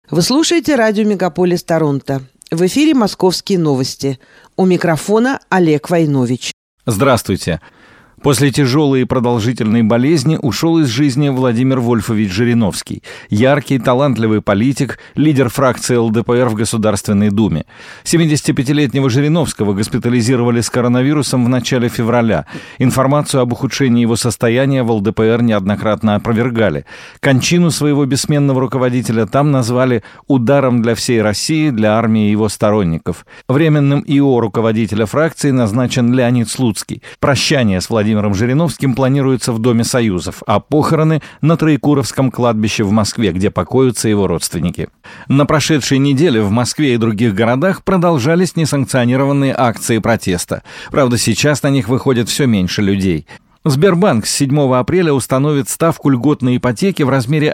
Вы слушаете радио «Мегаполис Торонто». В эфире «Московские новости». У микрофона Олег Войнович. Здравствуйте. После тяжелой и продолжительной болезни ушел из жизни Владимир Вольфович Жириновский. Яркий, талантливый политик, лидер фракции ЛДПР в Государственной Думе. 75-летнего Жириновского госпитализировали с коронавирусом в начале февраля. Информацию об ухудшении его состояния в ЛДПР неоднократно опровергали. Кончину своего бессменного руководителя там назвали ударом для всей России, для армии и его сторонников. Временным ИО руководителя фракции назначен Леонид Слуцкий. Прощание с Владимиром Жириновским планируется в Доме Союзов, а похороны на Троекуровском кладбище в Москве, где покоятся его родственники. На прошедшей неделе в Москве и других городах продолжались несанкционированные акции протеста. Правда, сейчас на них выходит все меньше людей. Сбербанк с 7 апреля установит ставку льготной ипотеки в размере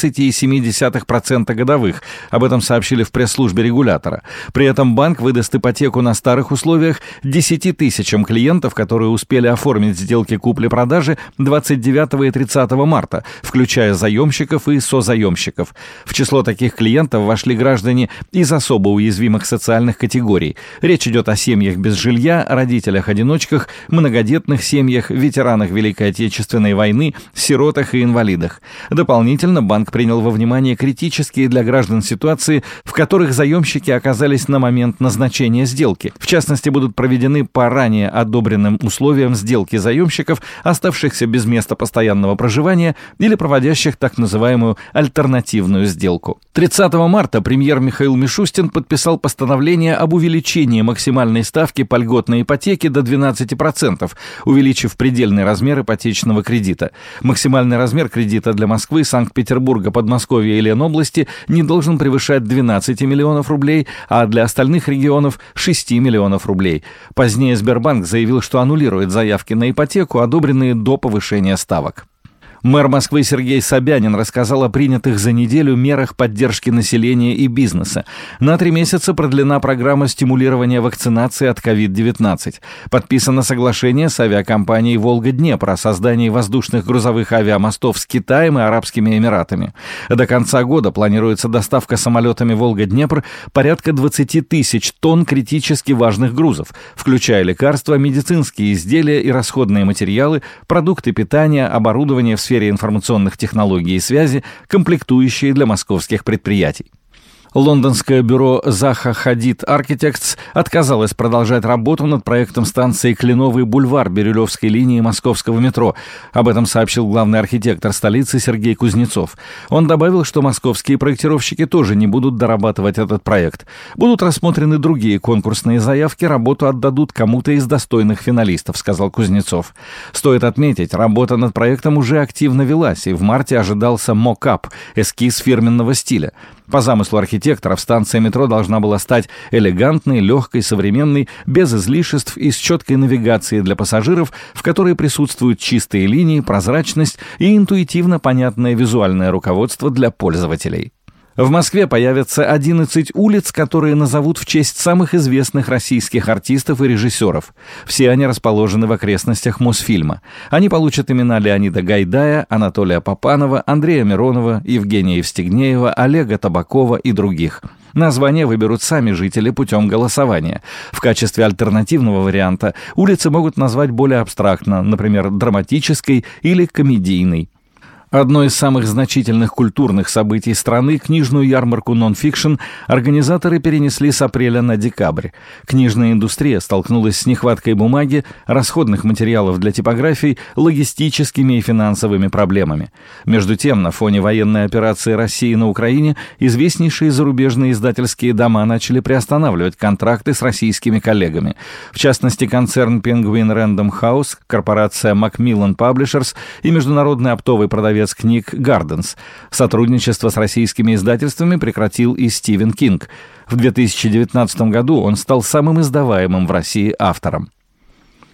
11,7% годовых. Об этом сообщили в пресс-службе регулятора. При этом банк выдаст ипотеку на старых условиях 10 тысячам клиентов, которые успели оформить сделки купли-продажи 29 и 30 марта, включая заемщиков и созаемщиков. В число таких клиентов вошли граждане из особо уязвимых социальных категорий. Речь идет о семьях без жилья, родителях-одиночках, многодетных семьях, ветеранах Великой Отечественной войны, сиротах и инвалидах. Дополнительно банк принял во внимание критические для граждан ситуации, в которых заемщики оказались на момент назначения сделки. В частности, будут проведены по ранее одобренным условиям сделки заемщиков, оставшихся без места постоянного проживания или проводящих так называемую альтернативную сделку. 30 марта премьер Михаил Мишустин подписал постановление об увеличении максимальной ставки по льготной ипотеке до 12%, увеличив предельный размер ипотечного кредита. Максимальный размер кредита для Москвы, Санкт-Петербурга, Подмосковья и Ленобласти не должен превышать 12 миллионов рублей, а для остальных регионов – 6 миллионов рублей. Позднее Сбербанк заявил, что аннулирует заявки на ипотеку, одобренные до повышения ставок. Мэр Москвы Сергей Собянин рассказал о принятых за неделю мерах поддержки населения и бизнеса. На 3 месяца продлена программа стимулирования вакцинации от COVID-19. Подписано соглашение с авиакомпанией «Волга-Днепр» о создании воздушных грузовых авиамостов с Китаем и Арабскими Эмиратами. До конца года планируется доставка самолетами «Волга-Днепр» порядка 20 тысяч тонн критически важных грузов, включая лекарства, медицинские изделия и расходные материалы, продукты питания, оборудование в сфере информационных технологий и связи, комплектующие для московских предприятий. Лондонское бюро Zaha Hadid Architects отказалось продолжать работу над проектом станции Кленовый бульвар Бирюлевской линии московского метро. Об этом сообщил главный архитектор столицы Сергей Кузнецов. Он добавил, что московские проектировщики тоже не будут дорабатывать этот проект. Будут рассмотрены другие конкурсные заявки, работу отдадут кому-то из достойных финалистов, сказал Кузнецов. Стоит отметить, работа над проектом уже активно велась, и в марте ожидался мок-ап, эскиз фирменного стиля. По замыслу архитекторов, станция метро должна была стать элегантной, легкой, современной, без излишеств и с четкой навигацией для пассажиров, в которой присутствуют чистые линии, прозрачность и интуитивно понятное визуальное руководство для пользователей. В Москве появятся 11 улиц, которые назовут в честь самых известных российских артистов и режиссеров. Все они расположены в окрестностях Мосфильма. Они получат имена Леонида Гайдая, Анатолия Папанова, Андрея Миронова, Евгения Евстигнеева, Олега Табакова и других. Названия выберут сами жители путем голосования. В качестве альтернативного варианта улицы могут назвать более абстрактно, например, драматической или комедийной. Одно из самых значительных культурных событий страны, книжную ярмарку «Нон-фикшн», организаторы перенесли с апреля на декабрь. Книжная индустрия столкнулась с нехваткой бумаги, расходных материалов для типографий, логистическими и финансовыми проблемами. Между тем, на фоне военной операции России на Украине известнейшие зарубежные издательские дома начали приостанавливать контракты с российскими коллегами. В частности, концерн Penguin Random House, корпорация Macmillan Publishers и международный оптовый продавец книг Gardens. Сотрудничество с российскими издательствами прекратил и Стивен Кинг. В 2019 году он стал самым издаваемым в России автором.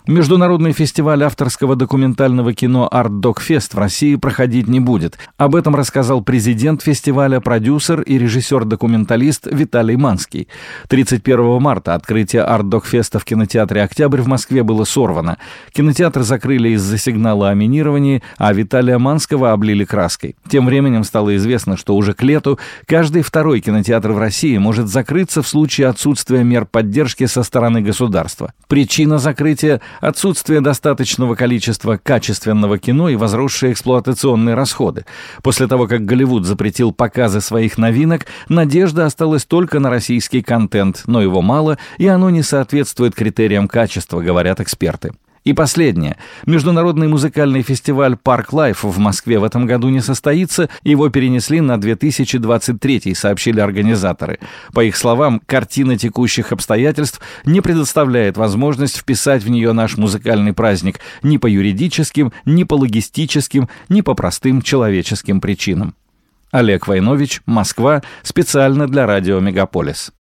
Международный фестиваль авторского документального кино Art Doc Fest в России проходить не будет. Об этом рассказал президент фестиваля, продюсер и режиссер-документалист Виталий Манский. 31 марта открытие Art Doc Fest в кинотеатре «Октябрь» в Москве было сорвано. Кинотеатр закрыли из-за сигнала о минировании, а Виталия Манского облили краской. Тем временем стало известно, что уже к лету каждый второй кинотеатр в России может закрыться в случае отсутствия мер поддержки со стороны государства. Причина закрытия – отсутствие достаточного количества качественного кино и возросшие эксплуатационные расходы. После того, как Голливуд запретил показы своих новинок, надежда осталась только на российский контент, но его мало, и оно не соответствует критериям качества, говорят эксперты. И последнее. Международный музыкальный фестиваль «Парк Лайф» в Москве в этом году не состоится, его перенесли на 2023, сообщили организаторы. По их словам, картина текущих обстоятельств не предоставляет возможность вписать в нее наш музыкальный праздник ни по юридическим, ни по логистическим, ни по простым человеческим причинам. Олег Войнович, Москва, специально для радио «Мегаполис».